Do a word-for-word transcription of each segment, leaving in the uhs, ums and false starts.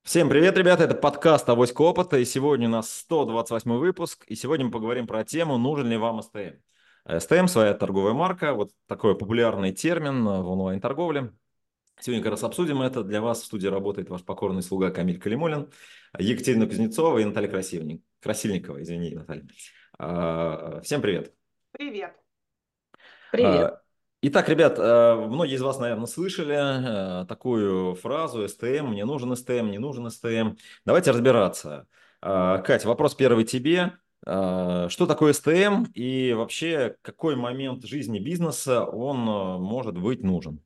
Всем привет, ребята! Это подкаст «Авоська опыта», и сегодня у нас сто двадцать восьмой выпуск, и сегодня мы поговорим про тему «Нужен ли вам эс тэ эм?». эс тэ эм– своя торговая марка, вот такой популярный термин в онлайн-торговле. Сегодня как раз обсудим это. Для вас в студии работает ваш покорный слуга Камиль Калимуллин, Екатерина Кузнецова и Наталья Красильник- Красильникова. Извини, Наталья. А, Всем привет! Привет. Привет. А, Итак, ребят, а, многие из вас, наверное, слышали а, такую фразу эс тэ эм, мне нужен эс тэ эм, не нужен эс тэ эм. Давайте разбираться. А, Кать, вопрос первый тебе. А, Что такое эс тэ эм и вообще какой момент жизни бизнеса он а, может быть нужен?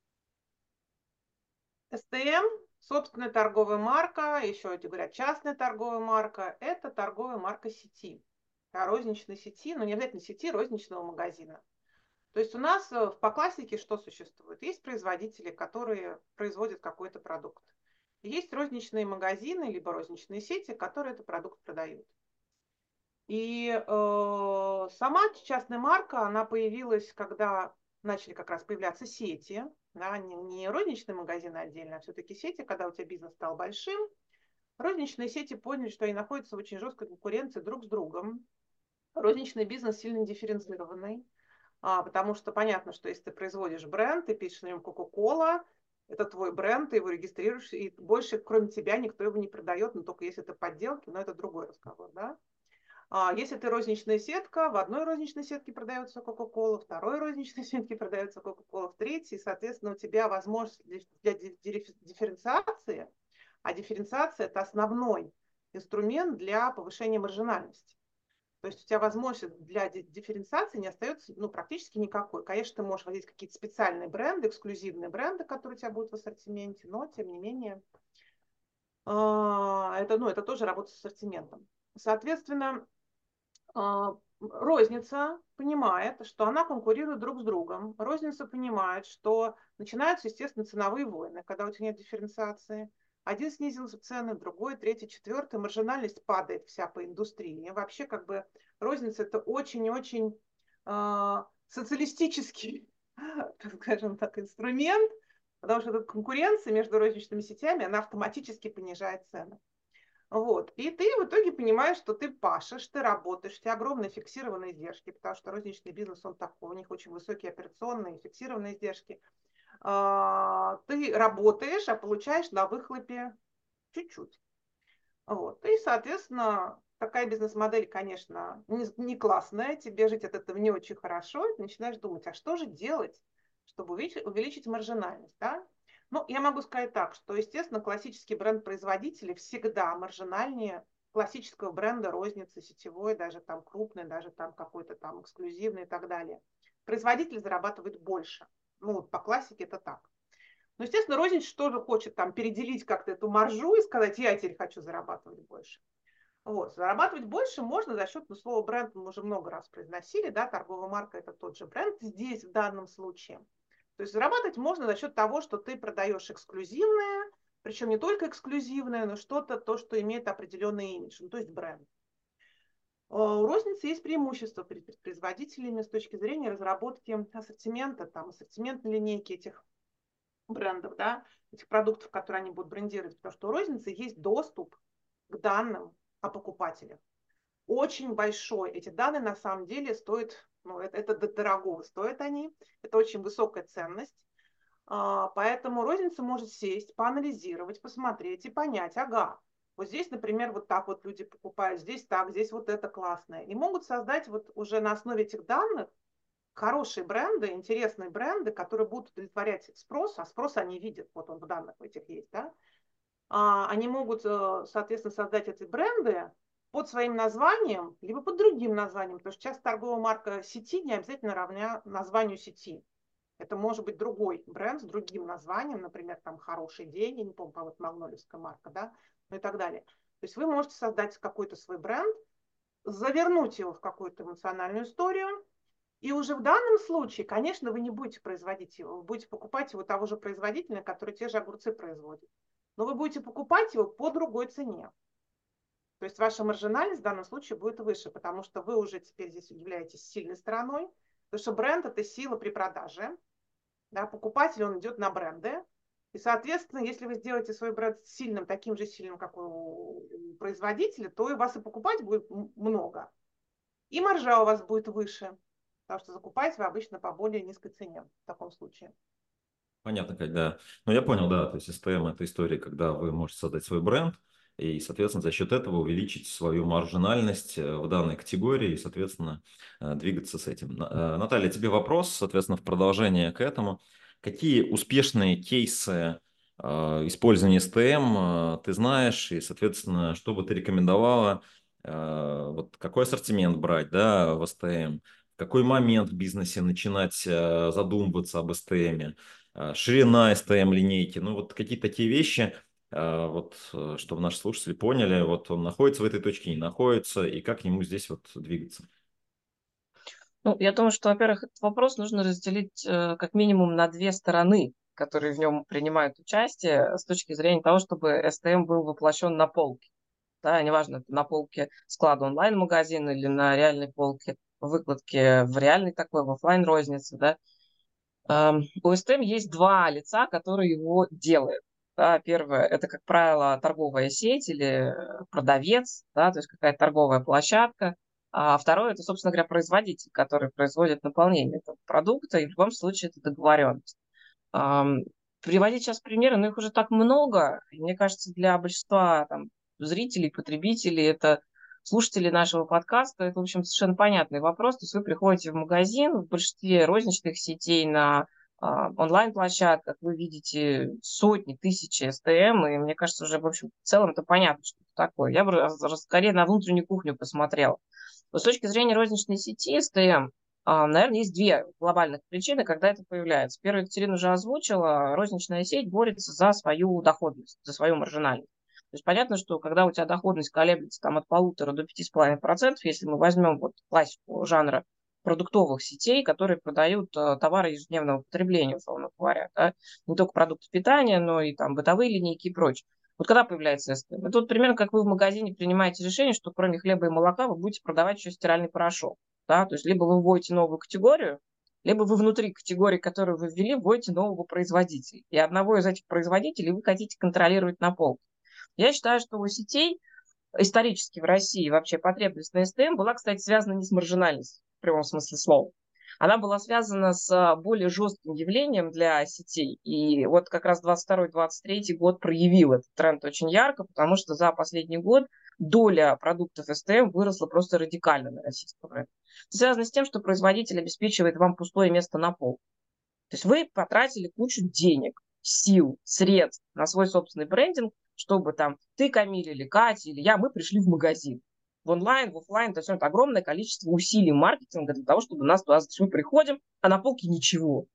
эс тэ эм, собственная торговая марка, еще эти говорят частная торговая марка, это торговая марка сети, да, розничной сети, но не обязательно сети, розничного магазина. То есть у нас э, по классике что существует? Есть производители, которые производят какой-то продукт. И есть розничные магазины, либо розничные сети, которые этот продукт продают. И э, сама частная марка, она появилась, когда начали как раз появляться сети, да, не, не розничные магазины отдельно, а все-таки сети, когда у тебя бизнес стал большим. Розничные сети поняли, что они находятся в очень жесткой конкуренции друг с другом. Розничный бизнес сильно дифференцированный, а, потому что понятно, что если ты производишь бренд, ты пишешь на нем Coca-Cola, это твой бренд, ты его регистрируешь, и больше, кроме тебя, никто его не продает, но только если это подделки, но это другой разговор, да. А если ты розничная сетка, в одной розничной сетке продается Coca-Cola, в второй розничной сетке продается Coca-Cola, в третьей, соответственно, у тебя возможность для дифференциации, а дифференциация– это основной инструмент для повышения маржинальности. То есть у тебя возможность для дифференциации не остается ну, практически никакой. Конечно, ты можешь вводить какие-то специальные бренды, эксклюзивные бренды, которые у тебя будут в ассортименте, но тем не менее а, это, ну, это тоже работа с ассортиментом. Соответственно, а, розница понимает, что она конкурирует друг с другом. Розница понимает, что начинаются, естественно, ценовые войны, когда у тебя нет дифференциации. Один снизил цены, другой, третий, четвертый. Маржинальность падает вся по индустрии. И вообще, как бы, розница– это очень-очень э, социалистический, скажем так, инструмент, потому что тут конкуренция между розничными сетями, она автоматически понижает цены. Вот. И ты в итоге понимаешь, что ты пашешь, ты работаешь, у тебя огромные фиксированные издержки, потому что розничный бизнес, он такой, у них очень высокие операционные фиксированные издержки. А, Ты работаешь, а получаешь на выхлопе чуть-чуть. Вот. И, соответственно, такая бизнес-модель, конечно, не, не классная, тебе жить от этого не очень хорошо, и ты начинаешь думать, а что же делать, чтобы увеличить, увеличить маржинальность, да? Ну, я могу сказать так, что, естественно, классический бренд производителей всегда маржинальнее классического бренда розницы, сетевой, даже там крупный, даже там какой-то там эксклюзивный и так далее. Производитель зарабатывает больше. Ну, вот по классике это так. Но, естественно, розничный тоже хочет там переделить как-то эту маржу и сказать, я теперь хочу зарабатывать больше. Вот. Зарабатывать больше можно за счет, ну, слова бренд мы уже много раз произносили, да, торговая марка это тот же бренд здесь в данном случае. То есть зарабатывать можно за счет того, что ты продаешь эксклюзивное, причем не только эксклюзивное, но что-то, то, что имеет определенный имидж, ну, то есть бренд. А у розницы есть преимущество перед производителями с точки зрения разработки ассортимента, там, ассортиментной линейки этих брендов, да, этих продуктов, которые они будут брендировать, потому что у розницы есть доступ к данным о покупателях. Очень большой. Эти данные на самом деле стоят, ну, это, это дорого стоят они, это очень высокая ценность. А, поэтому розница может сесть, поанализировать, посмотреть и понять, ага, вот здесь, например, вот так вот люди покупают, здесь так, здесь вот это классное. И могут создать вот уже на основе этих данных хорошие бренды, интересные бренды, которые будут удовлетворять спрос, а спрос они видят, вот он в данных этих есть, да, а, они могут, э, соответственно, создать эти бренды под своим названием, либо под другим названием, потому что часто торговая марка сети не обязательно равня названию сети. Это может быть другой бренд с другим названием, например, там «Хороший день», я не помню, вот магнолевская марка, да, ну и так далее. То есть вы можете создать какой-то свой бренд, завернуть его в какую-то эмоциональную историю, и уже в данном случае, конечно, вы не будете производить его, вы будете покупать его того же производителя, который те же огурцы производит. Но вы будете покупать его по другой цене. То есть ваша маржинальность в данном случае будет выше, потому что вы уже теперь здесь являетесь сильной стороной, потому что бренд– это сила при продаже. Да, покупатель, он идет на бренды, И, соответственно, если вы сделаете свой бренд сильным, таким же сильным, как у производителя, то и вас и покупать будет много. И маржа у вас будет выше, потому что закупаете вы обычно по более низкой цене в таком случае. Понятно, когда. Ну, я понял, да. То есть эс тэ эм – это история, когда вы можете создать свой бренд и, соответственно, за счет этого увеличить свою маржинальность э, в данной категории и, соответственно, э, двигаться с этим. На- э, Наталья, тебе вопрос, соответственно, в продолжение к этому. Какие успешные кейсы э, использования эс тэ эм э, ты знаешь и, соответственно, что бы ты рекомендовала, э, вот какой ассортимент брать, да, в эс тэ эм, в какой момент в бизнесе начинать э, задумываться об эс тэ эм? э, ширина эс тэ эм линейки, ну вот какие-то такие вещи, э, вот, э, чтобы наши слушатели поняли, вот он находится в этой точке, не находится, и как к нему здесь вот двигаться. Ну, я думаю, что, во-первых, этот вопрос нужно разделить э, как минимум на две стороны, которые в нем принимают участие с точки зрения того, чтобы эс тэ эм был воплощен на полке. Да, неважно, это на полке склада онлайн-магазина или на реальной полке выкладки в реальной такой, в офлайн рознице, да. Эм, У эс тэ эм есть два лица, которые его делают. Да, первое – это, как правило, торговая сеть или э, продавец, да, то есть какая-то торговая площадка. А второе – это, собственно говоря, производитель, который производит наполнение этого продукта, и в любом случае это договоренность. Ам, Приводить сейчас примеры, но их уже так много. И мне кажется, для большинства там, зрителей, потребителей, это слушатели нашего подкаста, это, в общем, совершенно понятный вопрос. То есть вы приходите в магазин, в большинстве розничных сетей на а, онлайн-площадках, вы видите сотни, тысячи эс тэ эм, и мне кажется, уже, в общем, в целом это понятно, что это такое. Я бы раз- раз- скорее на внутреннюю кухню посмотрела. Но с точки зрения розничной сети эс тэ эм, а, наверное, есть две глобальных причины, когда это появляется. Первую Екатерина уже озвучила. Розничная сеть борется за свою доходность, за свою маржинальность. То есть понятно, что когда у тебя доходность колеблется там, от полутора до пяти с половиной процентов, если мы возьмем вот классику жанра продуктовых сетей, которые продают э, товары ежедневного потребления, условно говоря, да? Не только продукты питания, но и там бытовые линейки и прочее. Вот когда появляется эс тэ эм? Это вот примерно как вы в магазине принимаете решение, что кроме хлеба и молока вы будете продавать еще стиральный порошок. Да? То есть либо вы вводите новую категорию, либо вы внутри категории, которую вы ввели, вводите нового производителя. И одного из этих производителей вы хотите контролировать на полке. Я считаю, что у сетей исторически в России вообще потребность на эс тэ эм была, кстати, связана не с маржинальностью в прямом смысле слова. Она была связана с более жестким явлением для сетей. И вот как раз двадцать второй двадцать третий год проявил этот тренд очень ярко, потому что за последний год доля продуктов эс тэ эм выросла просто радикально на российском рынке. Это связано с тем, что производитель обеспечивает вам пустое место на полке. То есть вы потратили кучу денег, сил, средств на свой собственный брендинг, чтобы там ты, Камиль, или Катя, или я, мы пришли в магазин. В онлайн, в офлайн, то есть это огромное количество усилий маркетинга для того, чтобы нас туда... Мы приходим, а на полке ничего.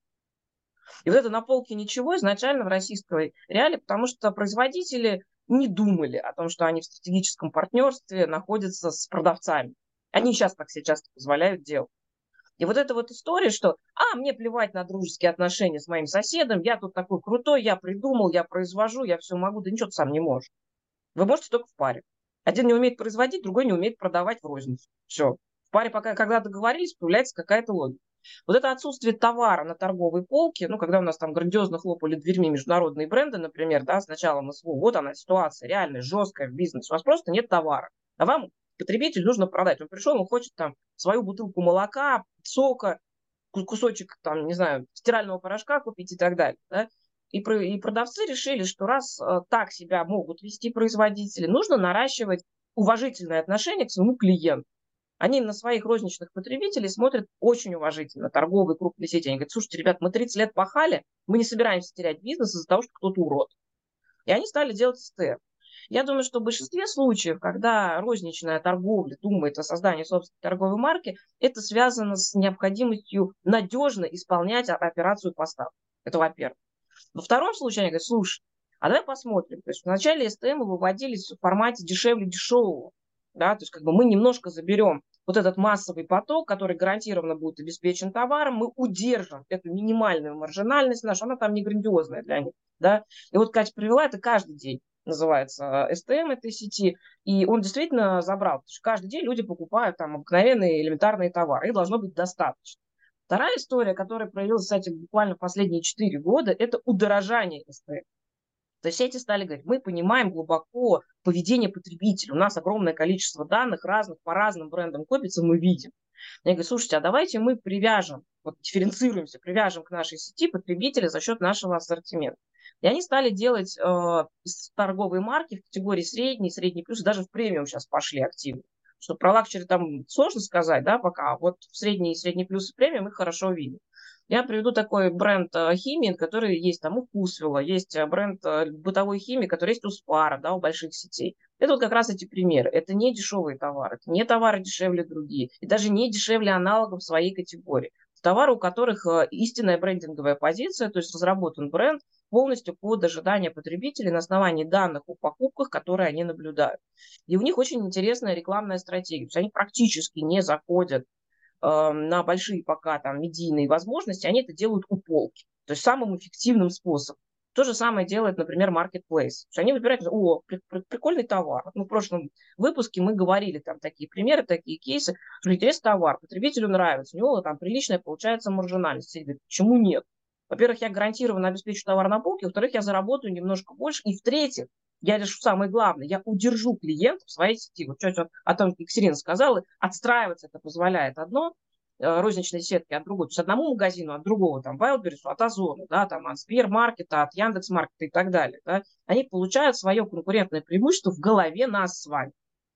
И вот это на полке ничего изначально в российской реалии, потому что производители не думали о том, что они в стратегическом партнерстве находятся с продавцами. Они сейчас так себе часто позволяют делать. И вот эта вот история, что, а, мне плевать на дружеские отношения с моим соседом, я тут такой крутой, я придумал, я произвожу, я все могу, да ничего ты сам не можешь. Вы можете только в паре. Один не умеет производить, другой не умеет продавать в розницу. Все. В паре, пока, когда договорились, появляется какая-то логика. Вот это отсутствие товара на торговой полке, ну, когда у нас там грандиозно хлопали дверьми международные бренды, например, да, с началом эс вэ о, вот она ситуация реальная, жесткая в бизнесе, у вас просто нет товара. А вам потребитель нужно продать. Он пришел, он хочет там свою бутылку молока, сока, кусочек там, не знаю, стирального порошка купить и так далее. Да? И, и продавцы решили, что раз э, так себя могут вести производители, нужно наращивать уважительное отношение к своему клиенту. Они на своих розничных потребителей смотрят очень уважительно, торговые крупные сети. Они говорят, слушайте, ребят, мы тридцать лет пахали, мы не собираемся терять бизнес из-за того, что кто-то урод. И они стали делать эс тэ эм. Я думаю, что в большинстве случаев, когда розничная торговля думает о создании собственной торговой марки, это связано с необходимостью надежно исполнять операцию поставки. Это во-первых. Во втором случае они говорят, слушай, а давай посмотрим. То есть вначале эс тэ эм выводились в формате дешевле дешевого. Да? То есть как бы мы немножко заберем вот этот массовый поток, который гарантированно будет обеспечен товаром, мы удержим эту минимальную маржинальность нашу, она там не грандиозная для них. Да? И вот Катя привела это каждый день называется эс тэ эм этой сети, и он действительно забрал. Потому что каждый день люди покупают там обыкновенные элементарные товары, их должно быть достаточно. Вторая история, которая проявилась, кстати, буквально последние четыре года, это удорожание эс тэ эм. То есть сети стали говорить, мы понимаем глубоко поведение потребителя, у нас огромное количество данных разных, по разным брендам копится, мы видим. Я говорю, слушайте, а давайте мы привяжем, вот дифференцируемся, привяжем к нашей сети потребителя за счет нашего ассортимента. И они стали делать э, торговые марки в категории средний, средний плюс, даже в премиум сейчас пошли активно. Что про лакчери там сложно сказать, да, пока. Вот в средний, средний плюс и премиум их хорошо видно. Я приведу такой бренд э, химии, который есть там у Вкусвилла, есть э, бренд э, бытовой химии, который есть у Спара, да, у больших сетей. Это вот как раз эти примеры. Это не дешевые товары, это не товары дешевле другие, и даже не дешевле аналогов своей категории. Это товары, у которых э, истинная брендинговая позиция, то есть разработан бренд полностью под ожидание потребителей на основании данных о покупках, которые они наблюдают. И у них очень интересная рекламная стратегия. То есть они практически не заходят на большие пока там медийные возможности, они это делают у полки. То есть самым эффективным способом. То же самое делает, например, Marketplace. Они выбирают, о, прикольный товар. Ну, в прошлом выпуске мы говорили там такие примеры, такие кейсы, что интересный товар, потребителю нравится, у него там приличная получается маржинальность. И говорит, почему нет? Во-первых, я гарантированно обеспечу товар на полке, во-вторых, я заработаю немножко больше, и в-третьих, я решу самое главное, я удержу клиентов в своей сети. Вот что о том, как Екатерина сказала, отстраиваться это позволяет одно, розничной сетки от другой, то есть одному магазину от другого, там, Wildberries, от Озона, да, там, от Сбермаркета, от Яндекс.Маркета и так далее, да, они получают свое конкурентное преимущество в голове нас с вами.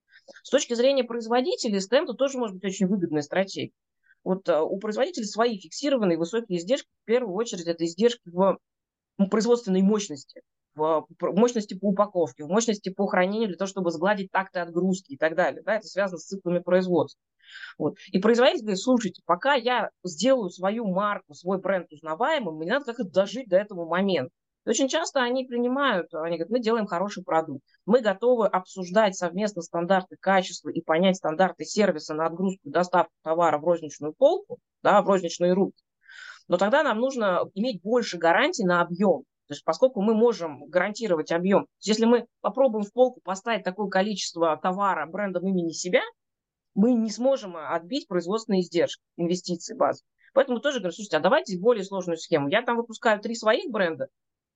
С точки зрения производителей, эс тэ эм тоже может быть очень выгодная стратегия. Вот uh, у производителей свои фиксированные высокие издержки, в первую очередь это издержки в производственной мощности, в мощности по упаковке, в мощности по хранению для того, чтобы сгладить такты отгрузки и так далее. Да, это связано с циклами производства. Вот. И производитель говорит, слушайте, пока я сделаю свою марку, свой бренд узнаваемым, мне надо как-то дожить до этого момента. И очень часто они принимают, они говорят, мы делаем хороший продукт, мы готовы обсуждать совместно стандарты качества и понять стандарты сервиса на отгрузку и доставку товара в розничную полку, да, в розничные руки. Но тогда нам нужно иметь больше гарантий на объем. То есть поскольку мы можем гарантировать объем, если мы попробуем в полку поставить такое количество товара брендом имени себя, мы не сможем отбить производственные издержки, инвестиции базы. Поэтому тоже говорю, слушайте, а давайте более сложную схему. Я там выпускаю три своих бренда,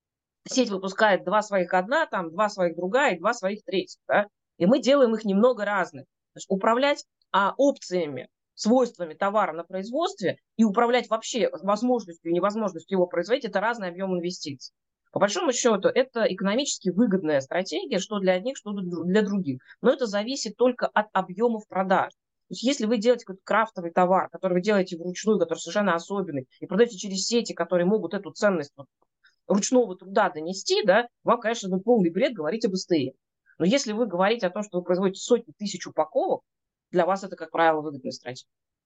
сеть выпускает два своих одна, там два своих другая и два своих третьих. Да? И мы делаем их немного разных. То есть управлять а, опциями, свойствами товара на производстве и управлять вообще возможностью и невозможностью его производить – это разный объем инвестиций. По большому счету, это экономически выгодная стратегия, что для одних, что для других. Но это зависит только от объемов продаж. То есть если вы делаете какой-то крафтовый товар, который вы делаете вручную, который совершенно особенный, и продаете через сети, которые могут эту ценность ручного труда донести, да, вам, конечно, ну, полный бред говорить об эс тэ эм. Но если вы говорите о том, что вы производите сотни тысяч упаковок, для вас это, как правило, выгодная стратегия.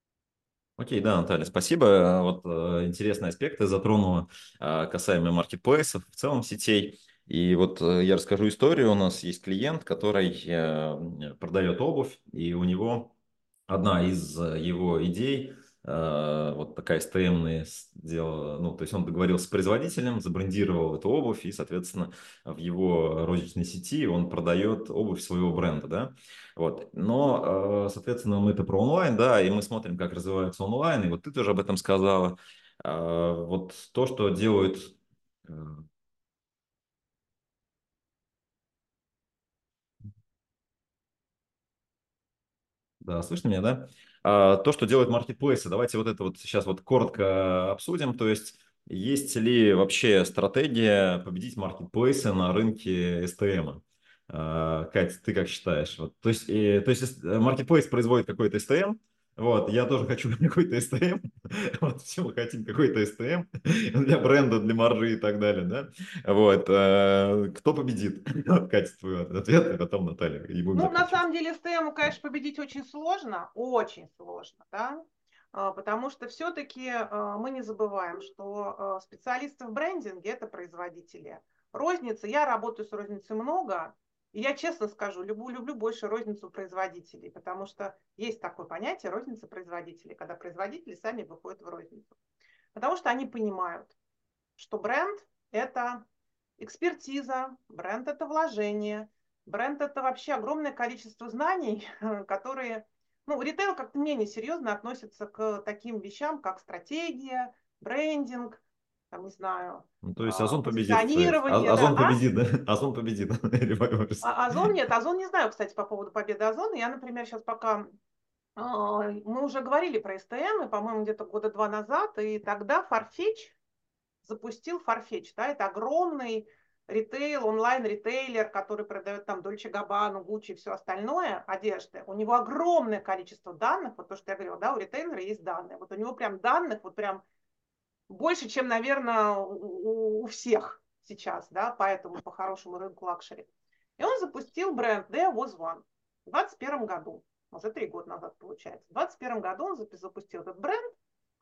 Окей, да, Наталья, спасибо. Вот э, интересные аспекты затронула э, касаемо маркетплейсов, в целом сетей. И вот э, я расскажу историю. У нас есть клиент, который э, продает обувь, и у него одна из э, его идей, э, вот такая эс тэ эм-ная сделала, ну, то есть он договорился с производителем, забрендировал эту обувь, и, соответственно, в его розничной сети он продает обувь своего бренда, да. Вот. Но, э, соответственно, мы это про онлайн, да, и мы смотрим, как развивается онлайн, и вот ты тоже об этом сказала. Э, Вот то, что делают э, да, слышно меня, да? А, то, что делают маркетплейсы, давайте вот это вот сейчас вот коротко обсудим. То есть, есть ли вообще стратегия победить маркетплейсы на рынке эс тэ эм? А, Кать, ты как считаешь? Вот, то есть, э, то есть маркетплейс производит какой-то эс тэ эм, вот, я тоже хочу какой-то эс тэ эм, вот, все мы хотим какой-то эс тэ эм для бренда, для маржи и так далее, да? Вот, а, кто победит? Катя, твой ответ, и потом Наталья, и будем Ну, на заканчивать. самом деле, эс тэ эм, конечно, победить очень сложно, очень сложно, да, А, потому что все-таки мы не забываем, что а, специалисты в брендинге – это производители. Розница, я работаю с розницей много, и я честно скажу, люблю, люблю больше розницу производителей, потому что есть такое понятие розница производителей, когда производители сами выходят в розницу. Потому что они понимают, что бренд – это экспертиза, бренд – это вложение, бренд – это вообще огромное количество знаний, которые Ну, ритейл как-то менее серьезно относится к таким вещам, как стратегия, брендинг, там, не знаю, Ну, то есть а, Озон победит. позиционирование, А- да, Озон а? победит, да? Озон победит. А Озон нет, Озон не знаю, кстати, по поводу победы Озона. Я, например, сейчас пока а, мы уже говорили про эс тэ эм, и, по-моему, где-то года два назад, и тогда Farfetch запустил Farfetch, да, это огромный ритейл, онлайн-ритейлер, который продает там Dolce Gabbana, Gucci и все остальное, одежды. У него огромное количество данных, вот то, что я говорила, да, у ритейлера есть данные. Вот у него прям данных, вот прям больше, чем, наверное, у, у всех сейчас, да, поэтому по хорошему рынку лакшери. И он запустил бренд There Was One в двадцать первом году, уже три года назад получается. В двадцать первом году он запустил этот бренд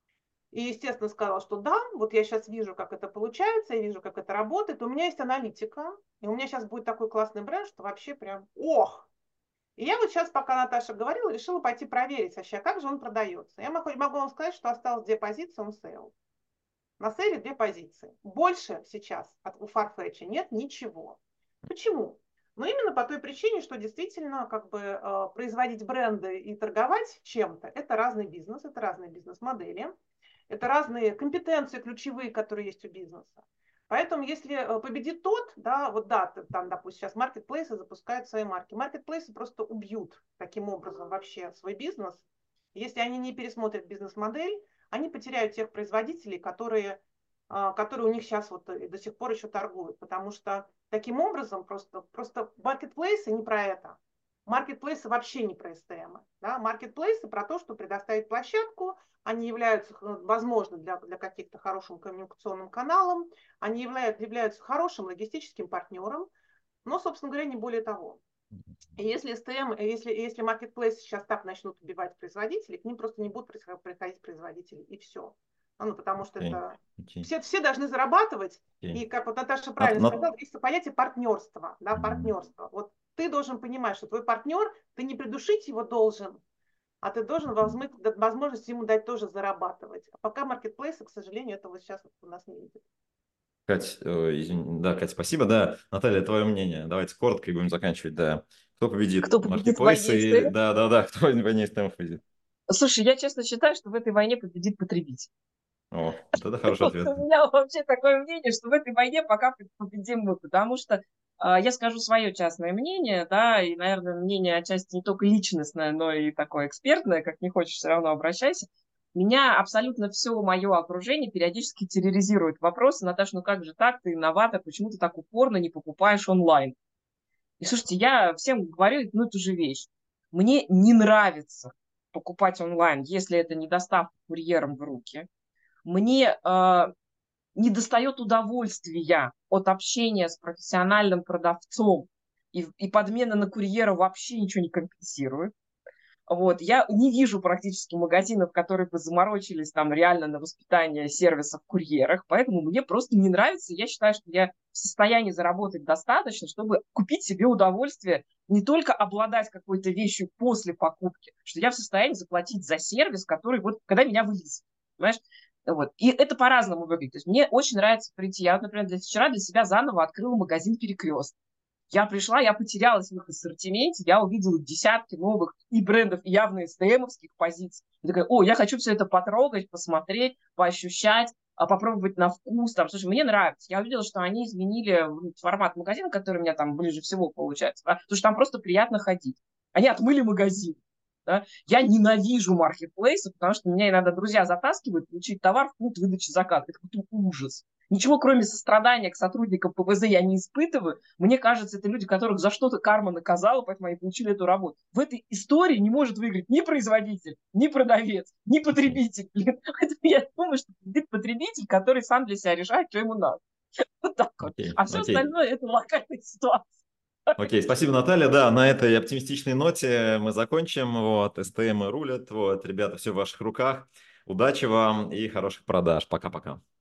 и, естественно, сказал, что да, вот я сейчас вижу, как это получается, я вижу, как это работает, у меня есть аналитика, и у меня сейчас будет такой классный бренд, что вообще прям ох. И я вот сейчас, пока Наташа говорила, решила пойти проверить вообще, как же он продается. Я могу, могу вам сказать, что осталось две позиции, он сейл. На сейле две позиции. Больше сейчас от, у Farfetch нет ничего. Почему? Ну, именно по той причине, что действительно как бы э, производить бренды и торговать чем-то – это разный бизнес, это разные бизнес-модели, это разные компетенции ключевые, которые есть у бизнеса. Поэтому если э, победит тот, да, вот да, там, допустим, сейчас маркетплейсы запускают свои марки. Маркетплейсы просто убьют таким образом вообще свой бизнес. Если они не пересмотрят бизнес-модель, они потеряют тех производителей, которые, которые у них сейчас вот до сих пор еще торгуют. Потому что таким образом просто, просто маркетплейсы не про это. Маркетплейсы вообще не про эс тэ эм. Да? Маркетплейсы про то, что предоставить площадку, они являются, возможно, для, для каких-то хорошим коммуникационным каналом, они являются, являются хорошим логистическим партнером, но, собственно говоря, не более того. И если эс тэ эм, если, если маркетплейсы сейчас так начнут убивать производителей, к ним просто не будут приходить производители, и все. Ну, потому что Okay. это Okay. все, все должны зарабатывать. Okay. И как вот Наташа Нат- правильно нат- сказала, есть понятие партнерства, да, Мгм. партнерство. Вот ты должен понимать, что твой партнер, ты не придушить его должен, а ты должен возможность, возможность ему дать тоже зарабатывать. А пока маркетплейсы, к сожалению, этого сейчас у нас не видят. Кать, э, извини, да, Кать, спасибо. Да, Наталья, твое мнение. Давайте коротко и будем заканчивать. Да. Кто победит? Кто победит в войне Маркетплейсы эс тэ эм? или... Да, да, да, кто в войне эс тэ эм победит? Слушай, я честно считаю, что в этой войне победит потребитель. О, вот это хороший Вот ответ. у меня вообще такое мнение, что в этой войне пока победим мы, потому что а, я скажу свое частное мнение, да, и, наверное, мнение отчасти не только личностное, но и такое экспертное, как не хочешь, все равно обращайся. Меня абсолютно все мое окружение периодически терроризирует вопросы: Наташа, ну как же так, ты инноватор, почему ты так упорно не покупаешь онлайн? И слушайте, я всем говорю одну и ту же вещь. Мне не нравится покупать онлайн, если это не доставка курьером в руки. Мне э, не достает удовольствия от общения с профессиональным продавцом, и, и подмена на курьера вообще ничего не компенсирует. Вот. Я не вижу практически магазинов, которые бы заморочились там реально на воспитание сервиса в курьерах, поэтому мне просто не нравится. Я считаю, что я в состоянии заработать достаточно, чтобы купить себе удовольствие, не только обладать какой-то вещью после покупки, что я в состоянии заплатить за сервис, который вот, когда меня вылез, понимаешь? Вот. И это по-разному выглядит. То есть мне очень нравится прийти. Я, вот, например, для, вчера для себя заново открыла магазин «Перекресток». Я пришла, я потерялась в их ассортименте, я увидела десятки новых и брендов, и явно эс тэ эм-овских позиций. И такая: о, я хочу все это потрогать, посмотреть, поощущать, попробовать на вкус. Там, слушай, мне нравится. Я увидела, что они изменили формат магазина, который у меня там ближе всего получается, да, потому что там просто приятно ходить. Они отмыли магазин. Да? Я ненавижу маркетплейсы, потому что меня иногда друзья затаскивают получить товар в пункт выдачи заказа. Это какой-то ужас. Ничего, кроме сострадания к сотрудникам пэ вэ зэ, я не испытываю. Мне кажется, это люди, которых за что-то карма наказала, поэтому они получили эту работу. В этой истории не может выиграть ни производитель, ни продавец, ни потребитель. Поэтому я думаю, что победит потребитель, который сам для себя решает, что ему надо. Вот так вот. Окей, А все окей. остальное – это локальная ситуация. Окей, спасибо, Наталья. Да, на этой оптимистичной ноте мы закончим. Вот, эс тэ эм рулят. Вот, ребята, все в ваших руках. Удачи вам и хороших продаж. Пока-пока.